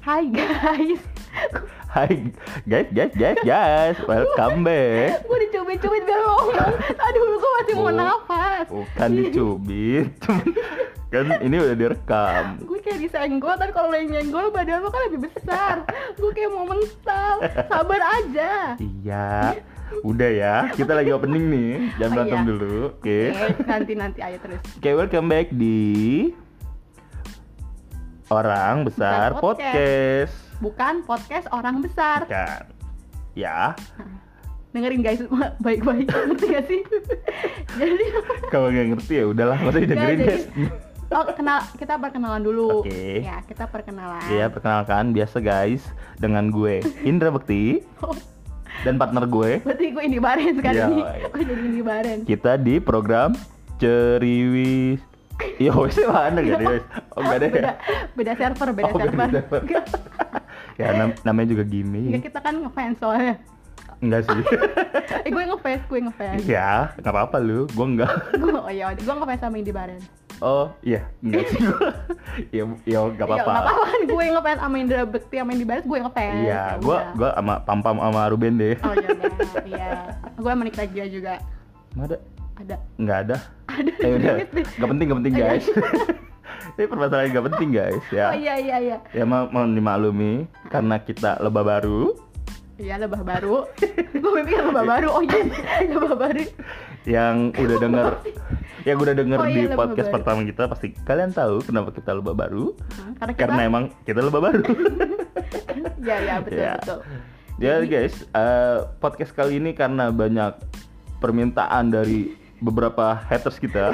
Hai guys. Hai guys, welcome back. Gue dicubit-cubit biar ngomong. Aduh, gue masih mau nafas. Bukan dicubit, kan ini udah direkam. Gue kayak disenggol, tapi kalau lo yang nyenggol badan lo kan lebih besar. Gue kayak mau mental. Sabar aja. Iya, udah ya. Kita lagi opening nih, jangan berantem iya. dulu. Oke. Nanti ayo terus. Oke, welcome back di Orang Besar Bukan Podcast. Bukan podcast orang besar. Kan, ya. Dengerin guys, baik-baik. Ngerti gak sih? Jadi Kalau nggak ngerti ya udahlah, nggak usah didengerin jadi- guys. kita perkenalan dulu. Oke. Ya, kita perkenalan. Iya, perkenalkan biasa guys, dengan gue Indra Bekti Oh, dan partner gue. berarti gue ini baren sekarang Iya. nih. Gue jadi ini baren. Kita di program Ceriwis. Yo, wes mana gak nih? Oh, enggak ada ya. Beda server, beda Oh, beda server. server. Ya, namanya juga gini. Enggak, kita kan ngefans soalnya. Enggak sih. Gue ngefans. Ya, enggak apa-apa lu. Gue enggak. Oh iya, gue ngefans sama Indi Baren. Oh, iya, enggak sih gue. Ya, enggak apa-apa. Ya, apa-apa kan gue ngefans sama Indra Bekti sama Indi Baren, gue ngefans. Iya, Ya gue udah. sama Pam sama Ruben deh. Oh iya, iya. Gue sama Nick Tajia juga. Ada? Ada. Enggak ada. Ada. Udah. Dikit deh. Enggak penting guys. Ini permasalahan enggak penting guys ya. Oh iya. Ya mohon dimaklumi karena kita lebah baru Iya, lebah baru. Gue mimpi lebah baru. Oh iya, lebah baru. yang udah denger Oh iya, di lebah podcast baru. pertama kita pasti kalian tahu kenapa kita lebah baru. Karena Emang kita lebah baru. Iya, betul, Ya. betul. Jadi guys, podcast kali ini karena banyak permintaan dari beberapa haters kita.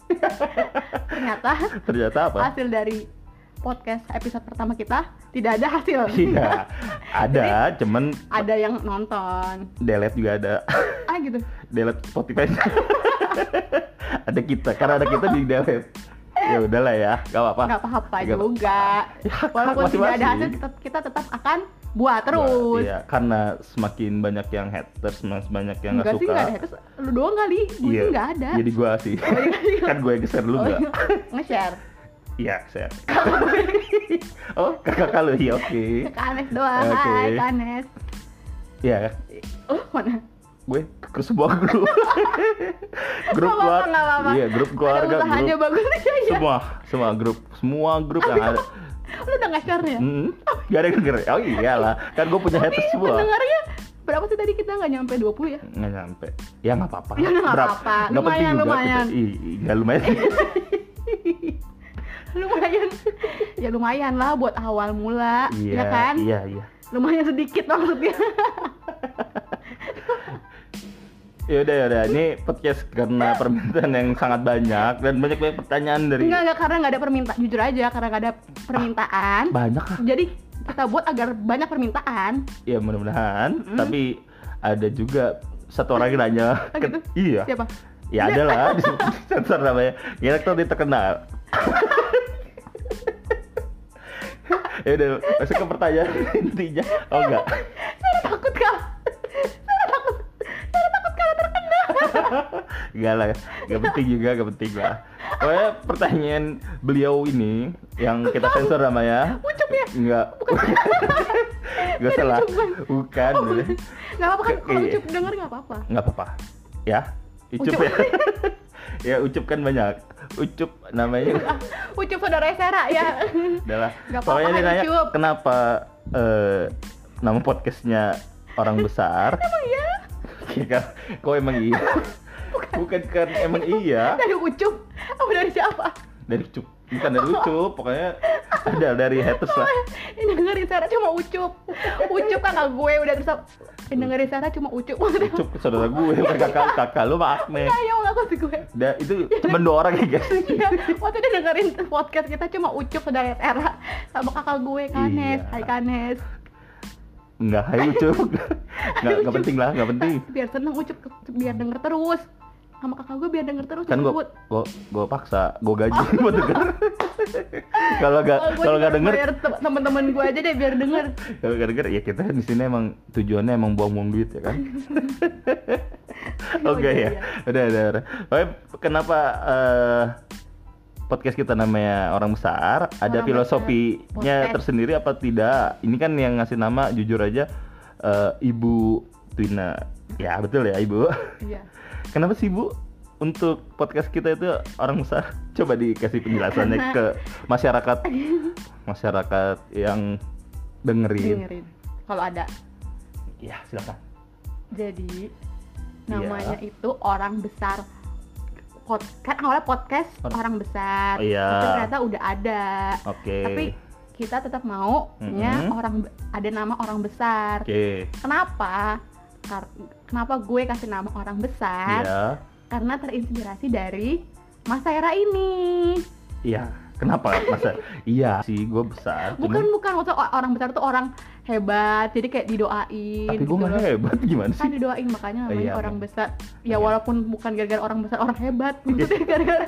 Ternyata apa? Hasil dari podcast episode pertama kita tidak ada hasil. Iya, ada, cuman Ada yang nonton. delete juga ada. Gitu. Delete Spotify. Ada kita, karena ada kita di delete. Ya udahlah ya, gak apa-apa. Nggak apa-apa Nggak juga. Ya, Walaupun tidak ada masing-masing. hasil, kita tetap akan buat terus. Iya, karena semakin banyak yang haters, semakin banyak yang Enggak nggak sih, suka. nggak ada haters. Lu doang kali. Gue sih nggak ada. Jadi gua sih. Kan gue yang share lu Oh, nggak? iya. Nge-share. Iya, share. Oh, kakak lu, iya oke. Ke Anes doang. Oke. Hai, Kak Anes. Iya, Mana? gue ke sebuah grup. Grup Nggak apa-apa, keluarga. nggak apa-apa. Iya, grup keluarga. Ada usahanya Grup. bagus aja ya. Semua grup yang ada. Lu udah nge-share ya? Gak ada yang denger. Oh iyalah, kan gue punya haters semua. Pendengarnya berapa sih tadi, kita nggak nyampe 20 ya? Nggak nyampe. Ya nggak apa-apa. Ya, nggak Berapa? apa-apa. Nggak penting Lumayan, juga lumayan. Nggak lumayan. Ya lumayan lah buat awal mula, ya kan? Iya. Lumayan sedikit maksudnya. Ya udah. Ini podcast karena permintaan yang sangat banyak dan banyak pertanyaan dari. Enggak, karena nggak ada permintaan. Jujur aja, karena nggak ada permintaan. Banyak lah. Jadi kita buat agar banyak permintaan. Ya mudah-mudahan. Tapi ada juga satu orang yang nanya. Oh, gitu? Iya. Siapa? Ya ada lah. Di sensor namanya. Ya kan dia terkenal. Ya udah, masuk ke pertanyaan intinya. Oh enggak. Saya takut kak. Saya takut kalau terkena. Enggak lah, enggak penting lah. Pokoknya pertanyaan beliau ini yang kita sensor namanya. Ucup ya? Enggak. Enggak salah. Bukan. Nggak apa-apa kan, kalau Iya. Ucup denger nggak apa-apa. Enggak apa-apa. Ya. Ucup Ucup. ya. Ya Ucup kan banyak. Ucup namanya. Ucup saudara Sera ya. Adalah. Nggak apa-apa, Pokoknya dia Hai, nanya Ucup. kenapa nama podcastnya Orang Besar. Emang iya? Iya kan? Kok emang iya? Bukan kan emang iya. Dari Ucup? Apa dari siapa? Dari Ucup. Bukan dari Ucup, pokoknya ada dari haters lah. Yang dengerin Sera cuma Ucup. Ucup kakak gue udah bisa. Yang dengerin Sera cuma Ucup. Maksudnya Ucup saudara gue, bukan kakak lu mah Akme. ya ngaku sih gue. Itu cuma 2 orang ya guys. Iya, waktu dia dengerin podcast kita cuma Ucup saudara Sera sama kakak gue Kanes. Iya. Hai Kanes. Enggak, hai Ucup. Enggak penting lah, enggak penting. Biar seneng Ucup, biar denger terus. Sama kakak gue biar denger terus. Kan disebut. gue paksa, gue gaji buat denger. Kalau nggak denger, bayar temen-temen gue aja deh biar denger. kalau nggak denger ya kita di sini emang tujuannya emang buang-buang duit ya kan. Oh, Oke iya, ya, udah. Pokoknya kenapa podcast kita namanya Orang Besar, ada Orang filosofinya Besar Podcast. tersendiri apa tidak? Ini kan yang ngasih nama jujur aja Ibu Twina. Ya betul ya Ibu. Iya. Kenapa sih Bu untuk podcast kita itu Orang Besar? Coba dikasih penjelasannya ke masyarakat yang dengerin. Kalau ada. Ya silakan. Jadi namanya itu Orang Besar. Kan awalnya podcast Orang Besar. Iya. Itu ternyata udah ada. Oke. Tapi kita tetap mau punya ada nama Orang Besar. Oke. Kenapa? Kenapa gue kasih nama Orang Besar? Iya. Karena terinspirasi dari Mas Saira ini. Iya. Kenapa masa? Iya sih, gue besar. Bukan maksud orang besar tuh orang hebat. Jadi kayak didoain. Tapi gue nggak hebat gimana Kan sih? didoain makanya namanya Iya, orang emang. besar. Ya walaupun bukan gara-gara orang besar, orang hebat. Maksudnya gara-gara.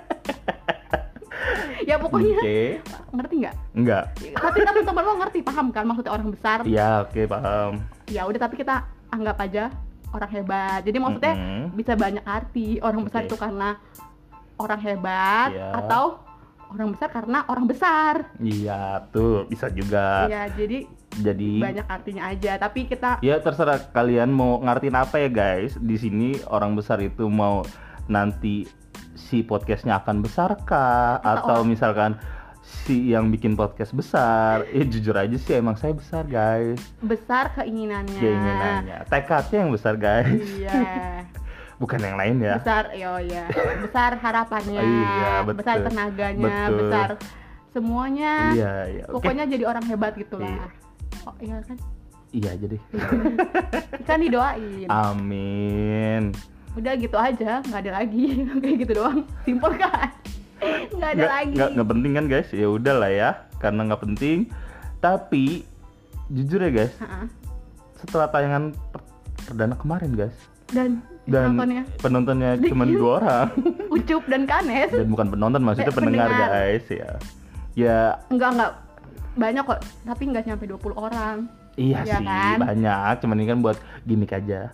Ya pokoknya Oke. ngerti nggak? Enggak. Tapi teman-teman lo ngerti, paham kan maksudnya orang besar? Iya, oke paham. Ya udah, tapi kita anggap aja orang hebat. Jadi maksudnya bisa banyak arti. Orang besar Oke. itu karena orang hebat, Iya. atau orang besar karena orang besar. Iya, tuh bisa juga. Ya jadi banyak artinya aja. Tapi kita Ya terserah kalian mau ngartiin apa ya guys. Di sini Orang Besar itu mau nanti si podcastnya akan besar kah? Atau misalkan si yang bikin podcast besar? Jujur aja sih emang saya besar guys. besar keinginannya. Keinginannya, tekadnya yang besar guys. Iya. Bukan yang lain ya. Besar, ya. Besar harapannya. Iya, betul. Besar tenaganya. Betul. Besar semuanya. Iya, iya. Oke. Pokoknya jadi orang hebat gitulah. Iya. Oh iya kan? Iya jadi. Kan didoain. Amin. Udah gitu aja, nggak ada lagi. Kayak gitu doang. Simpel kan? Nggak ada lagi. Nggak penting kan guys? Ya udah lah ya, karena nggak penting. Tapi jujur ya guys, Ha-ha. setelah tayangan perdana kemarin guys, Dan penontonnya cuma 2 orang. Ucup dan Kanes. Dan bukan penonton, maksudnya pendengar guys ya. Ya Enggak banyak kok, tapi nggak nyampe 20 orang. iya Ya sih kan? banyak, cuman ini kan buat gimmick aja.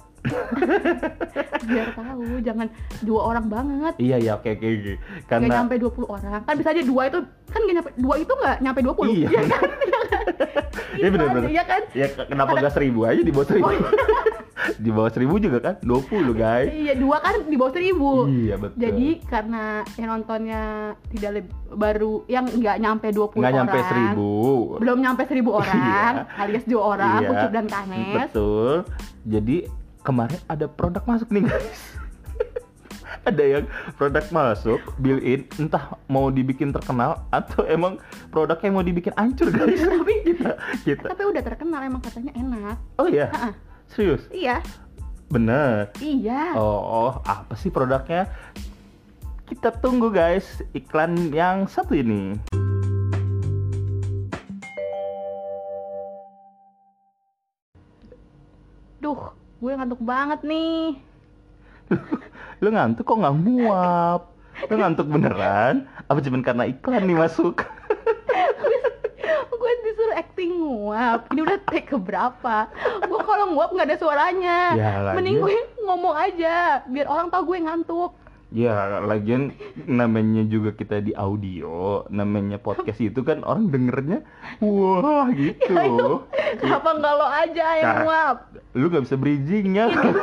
Biar tahu, jangan 2 orang banget. Iya oke. Nggak Karena nyampe 20 orang. Kan bisa aja 2 itu kan nggak nyampe, 2 itu nggak nyampe 20. Iya. Ya kan? Iya benar. Iya kan? Ya kenapa nggak 1000 aja di bawah 1000? Di bawah 1000 juga kan 20 guys. Iya, 2 kan di bawah 1000. Iya betul. Jadi karena yang nontonnya baru yang nggak nyampe 20 nggak orang. nyampe 1000. Belum nyampe 1000 orang, Iya. alias 2 orang, Iya, Ucup dan Kanes. betul. Jadi kemarin ada produk masuk nih guys. Ada yang produk masuk built-in, entah mau dibikin terkenal atau emang produknya mau dibikin hancur guys. Tapi kita. tapi udah terkenal, emang katanya enak. Oh iya. Ha-ha. Serius? Iya. Bener. Iya. Oh, apa sih produknya? Kita tunggu guys iklan yang satu ini. Duh, gue ngantuk banget nih. Lu ngantuk kok nggak nguap? Lu ngantuk beneran? Apa cuman karena iklan nih masuk? Gue disuruh acting nguap. Ini udah take keberapa? Gue kalau nguap nggak ada suaranya. Ya, Mending lagian- gue ngomong aja, biar orang tahu gue ngantuk. Ya, lagian namanya juga kita di audio, namanya podcast itu kan orang dengernya, wah gitu. Kenapa nggak lo aja yang Nah. nguap? Lu nggak bisa bridgingnya.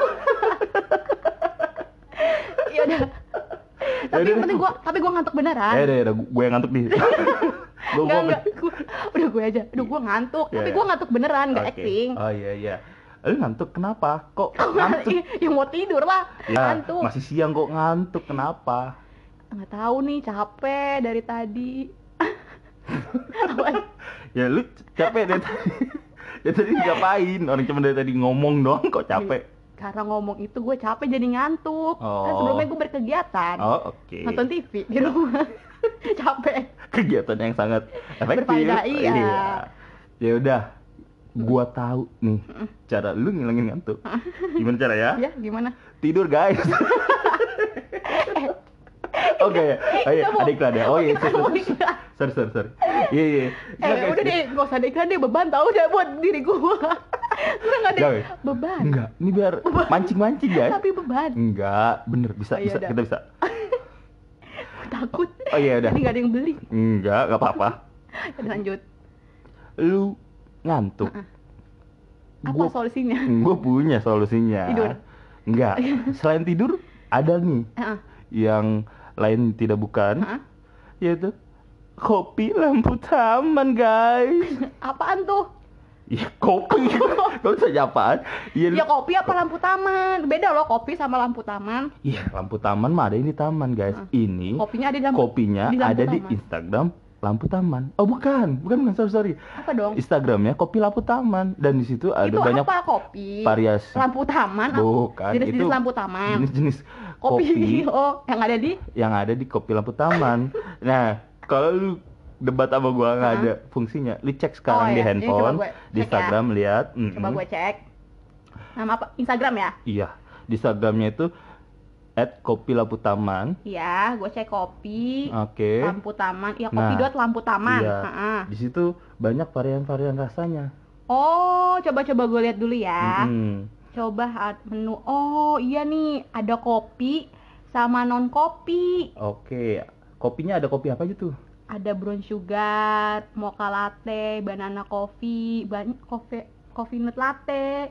Ya udah. Tapi yang penting gue ngantuk beneran. Udah, gue yang ngantuk nih. Enggak, udah gue aja. Aduh, gue ngantuk. Ya, Tapi ya. gue ngantuk beneran, nggak Oke. acting. Oh iya. Lu ngantuk kenapa? Kok ngantuk? Ya mau tidur lah. Ya, Ngantuk. masih siang kok ngantuk, kenapa? Nggak tahu nih, capek dari tadi. Apaan? Ya lu capek deh tadi. Ya tadi ngapain? Orang cuma dari tadi ngomong doang kok capek. Karena ngomong itu gue capek jadi ngantuk. Kan Oh. sebelumnya gue berkegiatan. Oh, oke. Nonton TV di rumah. Capek. Kegiatan yang sangat efektif. Berfaedah, iya. Ya udah, gua tahu nih cara lu ngilangin ngantuk. Gimana cara ya? Ya, gimana? Tidur guys. Oke ya. Oh iya, ada iklan ya. Oh iya, sorry. Iya. Udah deh, gak usah ada iklan deh, beban tau udah buat diri gue. Gue gak ada Jangan. beban. Enggak, ini biar mancing-mancing guys. Tapi beban. Enggak, bener bisa, Oh, iya, udah. kita bisa. takut. Oh iya udah. Jadi nggak ada yang beli. Enggak apa-apa. Ya, lanjut. Lu ngantuk. Apa solusinya? Gue punya solusinya. Tidur. Enggak. Selain tidur ada nih Heeh. yang lain tidak bukan, Heeh. yaitu kopi lampu taman, guys. Apaan tuh? Ya kopi. Kau saja apaan? Ya kopi apa lampu taman? Beda loh kopi sama lampu taman. Iya, lampu taman mah ada di taman, guys. Ini Kopinya ada di lampu. kopinya di lampu ada di taman. Instagram lampu taman. Oh bukan, sorry. Apa dong? Instagramnya kopi lampu taman dan di situ ada Itu banyak apa kopi? variasi. Lampu taman? Bukan, Jenis-jenis itu lampu taman. jenis-jenis Kopi. Oh, yang ada di kopi lampu taman. Nah, kalau lu debat sama gua nggak ada fungsinya, lu cek sekarang di iya. Ini handphone, coba gue di cek Instagram lihat. Coba gue cek. Nama apa? Instagram ya? Iya, di Instagramnya itu @kopilamputaman. Iya, gue cek kopi. Oke. Lampu taman. Iya, Nah, kopi lampu taman. Iya. Heeh. Di situ banyak varian-varian rasanya. Oh, coba-coba gue lihat dulu ya. Mm-mm. Coba menu. Oh, iya nih, ada kopi sama non kopi. Oke. Kopinya ada kopi apa aja tuh? Ada brown sugar, mocha latte, banana coffee, coffee nut latte,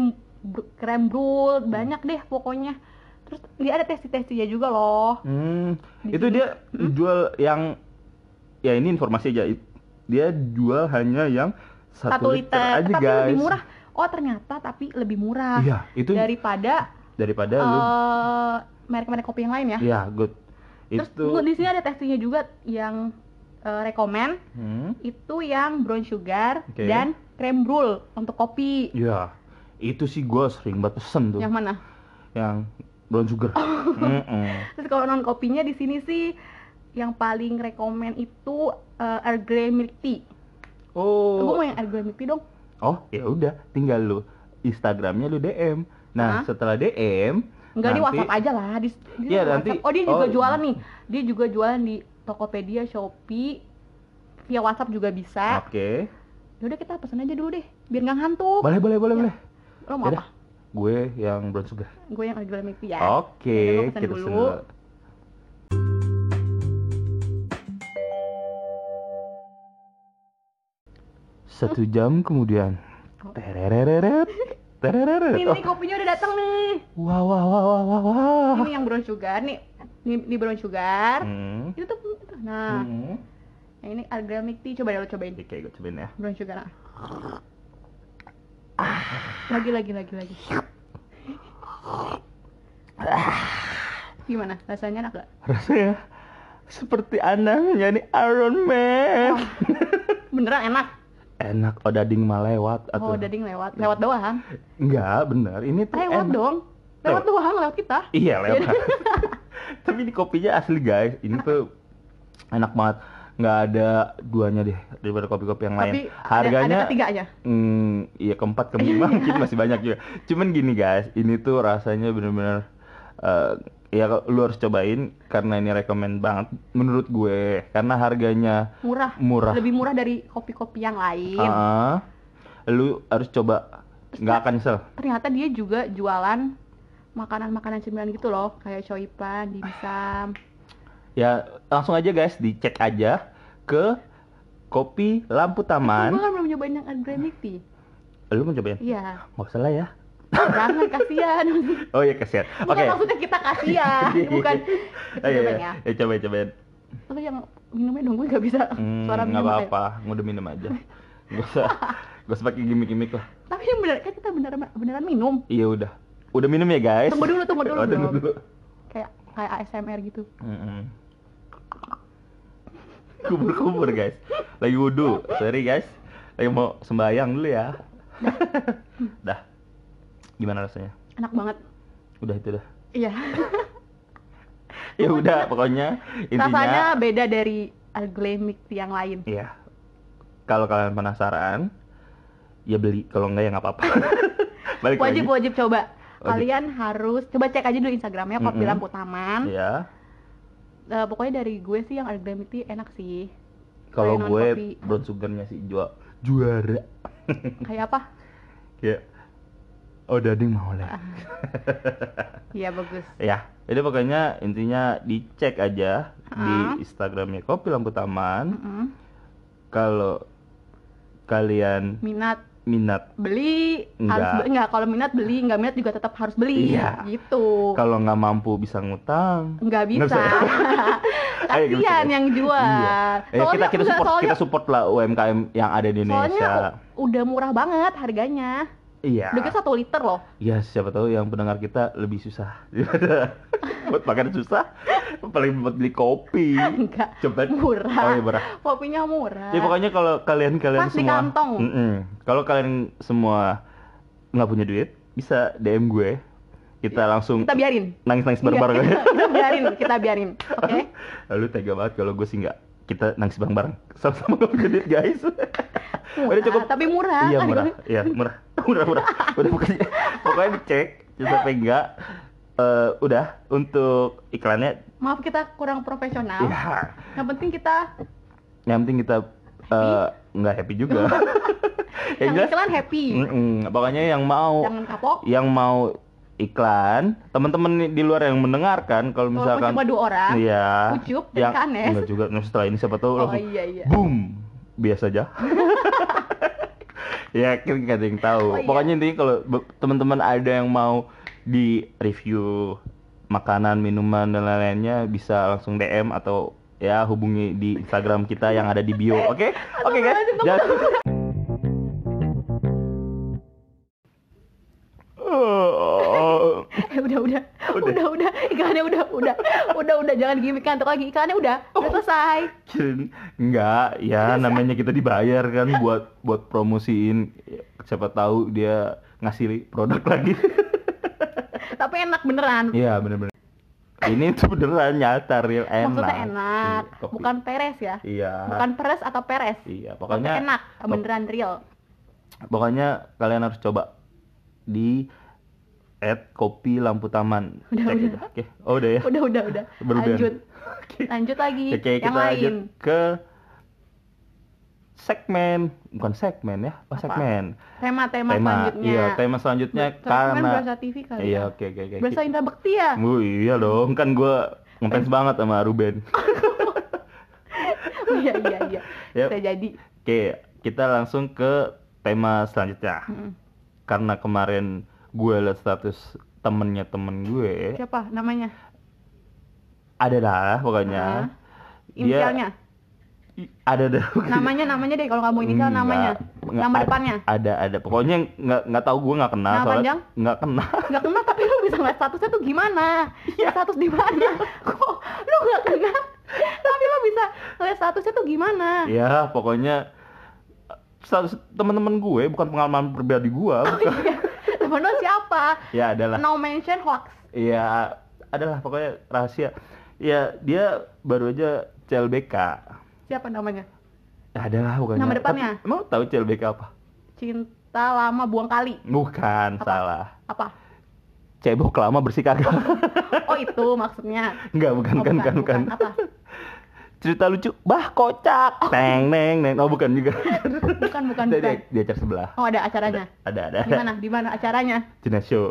krem brul, banyak deh pokoknya. Terus dia ada testi-testinya juga loh. Itu dia jual yang, ya ini informasi aja. Dia jual hanya yang 1 liter aja, tapi guys. lebih murah. Oh ternyata tapi lebih murah. Iya, itu daripada lu merek-merek kopi yang lain ya. Iya, good. Terus Itu di sini ada testinya juga yang rekomen itu yang brown sugar dan krem brul untuk kopi. Iya, itu sih gue sering banget pesen tuh. Yang mana? Yang brown sugar. Terus kalau non kopinya di sini sih yang paling rekomen itu Earl Grey Milk Tea. Gue mau yang Earl Grey Milk Tea dong. Oh, ya udah, tinggal lu Instagramnya lu DM. Nah, setelah DM, enggak nanti, di WhatsApp aja lah. Iya, nanti. Oh, dia juga jualan nih. Dia juga jualan di Tokopedia, Shopee, via WhatsApp juga bisa. Oke. Yaudah kita pesen aja dulu deh, biar nggak ngantuk. Boleh. Lo mau Yaudah, apa? gue yang brown sugar. Gue yang Earl Grey Milk Tea ya. Oke, Yaudah, lo pesen kita pesen dulu. dulu. 1 jam kemudian. Tereret. Ini kopinya udah datang nih. Wah. Ini yang brown sugar nih. Ini brown sugar. Itu tuh. Nah, yang ini Earl Grey Milk Tea. Coba deh lo cobain. Oke, gue cobain ya. Brown sugar. Nah. Lagi. Gimana? Rasanya enak gak? Rasanya seperti Anda menjadi Iron Man. Beneran enak? Enak, odading mah lewat Oh, odading lewat doang? Enggak, bener. Ini tuh Lewat enak. dong. Lewat doang, lewat kita. Iya, lewat. Tapi ini kopinya asli, guys. Ini tuh enak banget. Nggak ada duanya deh daripada kopi-kopi yang lain. Tapi harganya ada ketiganya. Iya, keempat, kelima mungkin masih banyak juga. Cuman gini, guys, ini tuh rasanya bener-bener ya lu harus cobain karena ini rekomen banget menurut gue karena harganya murah. Lebih murah dari kopi-kopi yang lain. Lu harus coba, nggak akan nyesel. Ternyata dia juga jualan makanan-makanan cemilan gitu loh, kayak coipan, dimsum. Ya langsung aja guys, dicek aja ke Kopi Lampu Taman. Gue kan belum nyobain yang Earl Grey Milk Tea. Lu mau cobain? Iya. Nggak usah lah ya. Jangan, kasihan. Oh iya, kasihan. Bukan maksudnya kita kasihan, bukan. Kita cobain ya. Ya cobain. Lu yang minumnya dong, gue gak bisa suara minum. Nggak apa-apa, udah minum aja. Gak usah pakai gimmick lah. Tapi yang bener kan kita beneran minum. Iya udah minum ya guys. Tunggu dulu. Tunggu dulu. Kayak ASMR gitu. Kubur guys. Lagi wudhu, sorry guys. Lagi mau sembahyang dulu ya. Dah. Gimana rasanya? Enak banget. Udah itu dah. Iya. Ya udah, pokoknya intinya rasanya beda dari Earl Grey Milk Tea yang lain. Iya. Kalau kalian penasaran, ya beli. Kalau enggak ya nggak apa-apa. Wajib coba. Kalian harus coba cek aja dulu Instagramnya Kopi Lampu Taman. Iya. Pokoknya dari gue sih yang Earl Grey Milk Tea enak sih. Kalau gue brown sugarnya sih juara. Kayak apa? Kayak odading mau lah. Iya bagus. Ya, jadi pokoknya intinya dicek aja di Instagramnya Kopi Lampu Taman. Mm-mm. Kalau kalian Minat minat, beli Enggak. enggak, kalau minat beli, enggak minat juga tetap harus beli. Iya. Gitu. kalau nggak mampu bisa ngutang. Enggak Nggak bisa. Ayo, gitu, Kasihan guys. yang jual. Iya. Kita support lah UMKM yang ada di soalnya Indonesia. udah murah banget harganya. Iya. Udah kan 1 liter loh. Ya siapa tahu yang pendengar kita lebih susah buat makan susah, paling buat beli kopi. Enggak. Coba. Murah. Oh iya murah. Kopinya murah. Ya pokoknya kalau kalian Pas di semua, kantong. Kalau kalian semua nggak punya duit, bisa DM gue. Kita langsung Kita biarin. nangis-nangis bareng-bareng. Iya, kita biarin. Oke. Lalu tega banget kalau gue sih nggak. Kita nangis bareng-bareng. Sama-sama nggak punya duit guys. Udah cukup. Tapi murah. Iya murah. Iya murah. Murah. Udah pokoknya dicek. Sampai enggak. Udah untuk iklannya. Maaf kita kurang profesional. Ya. Yang penting kita nggak happy juga. yang iklan happy. Pokoknya yang mau. Jangan kapok. Yang mau iklan, teman-teman di luar yang mendengarkan, kalau misalkan cuma 2 orang. Iya. Ucup dan Kanes. Enggak juga. Nah, setelah ini siapa tahu langsung. Iya. Boom. Biasa aja. Ya kan nggak ada yang tahu. Iya. Pokoknya intinya kalau teman-teman ada yang mau di review makanan, minuman dan lain-lainnya bisa langsung DM atau ya hubungi di Instagram kita yang ada di bio. Oke? Oke guys. Udah iklannya udah jangan gimmick kantor lagi, iklannya udah selesai. Enggak, ya namanya kita dibayar kan buat promosiin, siapa tahu dia ngasih produk lagi. Tapi enak beneran. Iya bener-bener. Ini tuh beneran nyata real enak. Maksudnya enak, Kopi. bukan peres ya. Iya. Bukan peres atau peres. Iya, Tapi pokoknya enak, beneran real. Pokoknya kalian harus coba di @kopi lampu taman. Udah. Cek itu. Oke. Oh udah ya. Udah. Berlebihan. Lanjut lagi. Oke, yang kita lain. lanjut ke segmen, bukan segmen ya, Apa? segmen. Tema selanjutnya. Iya, tema selanjutnya Kan karena berasa TV kali iya, ya. oke. Berasa Indra Bekti ya. Iya dong, kan gua ngefans banget sama Ruben. Iya. Yep. Bisa jadi. Oke, kita langsung ke tema selanjutnya. Karena kemarin gue liat status temen gue, Siapa namanya? ada dah pokoknya. Inisialnya? Ada dah. Namanya deh, kalau nggak mau inisial namanya. Nama depannya? Ada. Pokoknya nggak tahu, gue nggak kenal. Nama panjang? Nggak kenal. Nggak kenal, tapi lu bisa ngeliat statusnya tuh gimana? Status di mana? Kok lu nggak kenal? Tapi lu bisa ngeliat statusnya tuh gimana? Ya pokoknya status teman-teman gue, bukan pengalaman pribadi gue. Iya. Temen lu siapa? Ya adalah. No mention hoax. Ya adalah pokoknya rahasia. Ya dia baru aja CLBK. Siapa namanya? Adalah pokoknya. Nama depannya? Tapi, emang tahu CLBK apa? Cinta lama buang kali. Bukan, Apa? salah. Apa? Cebok lama bersih kagak. Oh itu maksudnya. Enggak, bukan. Apa? Cerita lucu, bah kocak. Neng. Oh bukan juga. Bukan. Di acara sebelah. Oh ada acaranya. Ada. Di mana acaranya? Cina Show.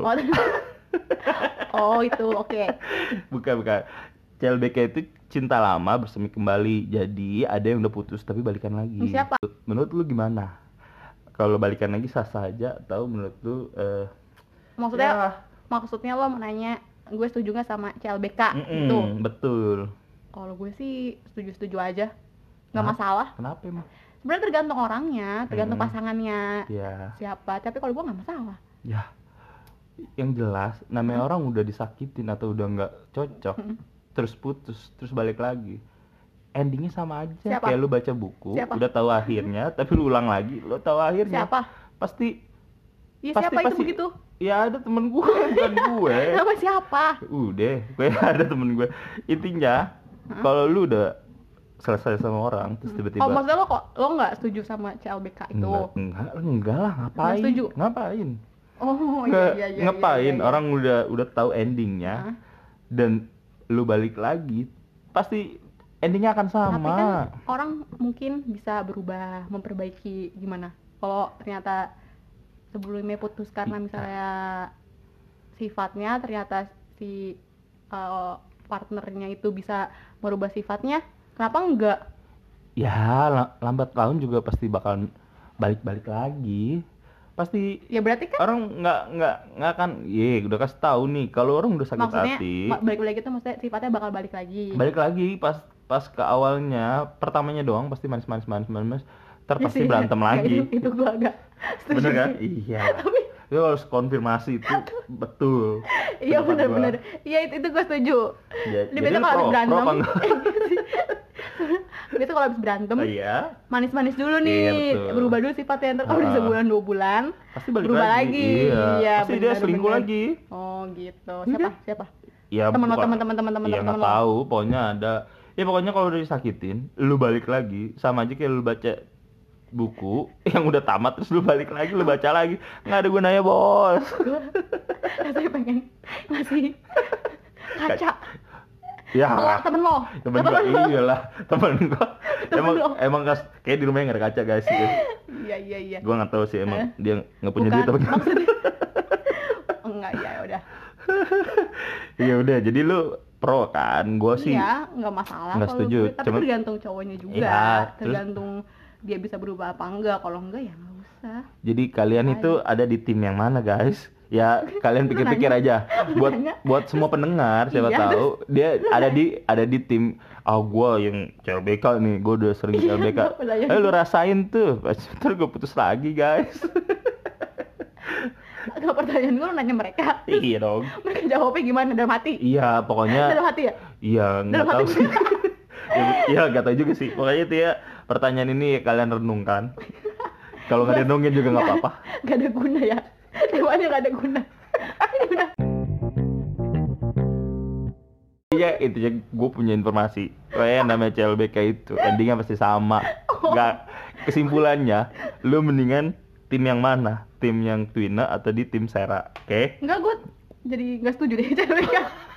Oh itu oke. Bukan. CLBK itu cinta lama bersemi kembali. Jadi ada yang udah putus tapi balikan lagi. Siapa? Menurut lu gimana? Kalau balikan lagi sah-sah aja atau menurut lu Maksudnya lo mau nanya gue setuju nggak sama CLBK itu? Betul. Kalau gue sih setuju aja, nggak masalah. Kenapa emang? Sebenarnya tergantung orangnya, tergantung pasangannya Ya. siapa. Tapi kalau gue nggak masalah. Ya. Yang jelas namanya orang udah disakitin atau udah nggak cocok, terus putus, terus balik lagi. Endingnya sama aja. Siapa? Kayak lu baca buku, Siapa? udah tahu akhirnya, tapi lu ulang lagi, lu tahu akhirnya. Siapa? Pasti. Siapa itu begitu? Ya ada temen gue, bukan gue. Nama siapa? Udah, gue ada temen gue. Intinya, kalau lu udah selesai sama orang, terus tiba-tiba. Oh maksudnya lo nggak setuju sama CLBK itu? Enggak lah, ngapain? setuju? Ngapain? Oh iya. Ngapain? Iya. Orang udah tahu endingnya, dan lu balik lagi, pasti endingnya akan sama. Tapi kan orang mungkin bisa berubah, memperbaiki gimana? Kalau ternyata sebelumnya putus karena misalnya sifatnya ternyata si partnernya itu bisa merubah sifatnya, kenapa enggak? Ya lambat laun juga pasti bakal balik lagi. Pasti Ya berarti kan orang nggak akan, udah kasih tahu nih kalau orang udah sakit maksudnya hati. balik lagi itu maksudnya sifatnya bakal balik lagi. Balik lagi pas ke awalnya, pertamanya doang pasti manis, ntar Ya pasti sih, berantem ya, lagi. itu gua agak setuju Bener kan? sih. Iya. Tapi Lu harus konfirmasi itu betul. iya pendapat gua. benar-benar. Iya itu gua setuju. Ya, Dia jadi biasa lu kalau habis pro berantem. apa enggak? Biasa kalau habis berantem, Oh, iya. manis-manis dulu Iya, nih, betul. berubah dulu sifatnya, ntar kalau udah Ah. sebulan 2 bulan Pasti balik berubah lagi. lagi. Iya, Pasti dia benar, selingkuh benar. lagi. Oh gitu. Iya. Siapa? Ya Temen lo, bukan- temen-temen ya nggak tahu, pokoknya ada. Ya pokoknya kalau udah disakitin, lu balik lagi sama aja kayak lu baca buku yang udah tamat terus lu balik lagi, lu baca lagi, nggak ada gunanya bos. Saya pengen ngasih kaca. Ya Oh, temen lo. temen gua iyalah, temen gua Temen lo. emang kayak di rumahnya nggak ada kaca guys gitu. Iya. Gua nggak tahu sih emang dia nggak punya Bukan, duit apa gimana. maksudnya. Enggak, ya udah. Ya udah, jadi lu pro kan? Gua sih Iya, nggak masalah nggak kalau setuju, gue. Tapi cuman- tergantung cowoknya juga. Iya, terus- Tergantung dia bisa berubah apa enggak. Kalau enggak ya nggak usah. jadi kalian itu ada di tim yang mana guys? Ya kalian pikir-pikir aja. Nanya. Buat semua pendengar, siapa Iya, tahu dia ada di tim. Gua yang CLBK nih, gua udah sering Iya, CLBK. udah ya. Lu rasain tuh, ntar gua putus lagi guys. Kalau pertanyaan gue lu nanya mereka. Iya dong. Mereka jawabnya gimana? Dalam hati? Iya pokoknya. Dalam hati ya? Iya nggak Dalam tahu hati sih. Iya nggak tahu juga sih. Pokoknya itu ya pertanyaan ini kalian renungkan. Kalau nggak renungin juga nggak apa-apa. Gak ada guna ya. Temanya gak ada guna. Ini udah. Iya itu ya, gue punya informasi. Kayak namanya CLBK itu endingnya pasti sama. Nggak, kesimpulannya, lu mendingan tim yang mana? Tim yang Twina atau di tim Sera? Oke? Enggak, gue jadi gak setuju deh CLBK.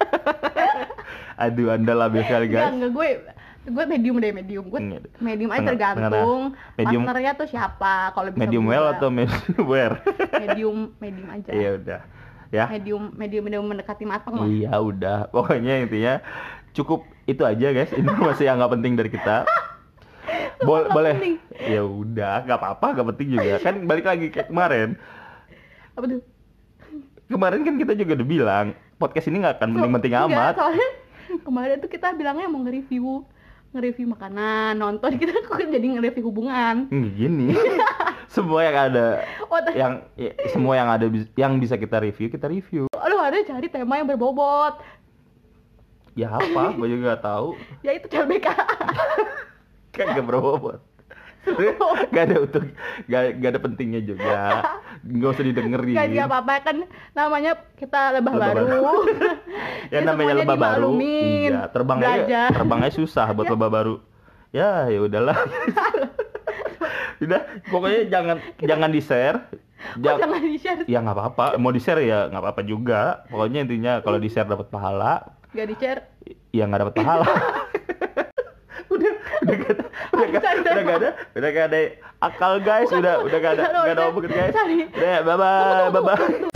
Aduh, Anda labil sekali guys. Enggak, gue medium deh, medium. Gue Enggak. medium aja Tengah- tergantung medium- partnernya tuh siapa. Kalau bisa Medium well berubah. atau medium wear? medium aja. Iya udah. Ya. Medium mendekati matang lah. Iya udah. Pokoknya intinya cukup itu aja guys. Informasi yang nggak penting dari kita. Nggak Boleh. penting. Ya udah, nggak apa-apa, nggak penting juga. Kan balik lagi kayak kemarin. Apa tuh? Kemarin kan kita juga udah bilang podcast ini nggak akan penting-penting Enggak, amat. soalnya kemarin tuh kita bilangnya mau nge-review makanan, nonton, kita kok jadi nge-review hubungan. Gini. Semua yang ada Oh, semua yang ada yang bisa kita review. lu ada cari tema yang berbobot. Ya apa? Gue juga nggak tahu. Ya itu CLBK. Kan gak berbobot. Gak ada pentingnya juga. Gak usah didengerin. Gak sih apa-apa kan, namanya kita lebah baru. Ya namanya semuanya lebah baru. dimaklumin. Iya, terbangnya susah buat lebah baru. Ya udahlah. Udah, pokoknya jangan di-share. Jangan di-share. Ya nggak apa-apa, mau di-share ya nggak apa-apa juga. Pokoknya intinya kalau di-share dapat pahala, Gak di-share. ya nggak dapat pahala. udah gak ada akal guys, udah gak ada omongan guys. Udah bye bye.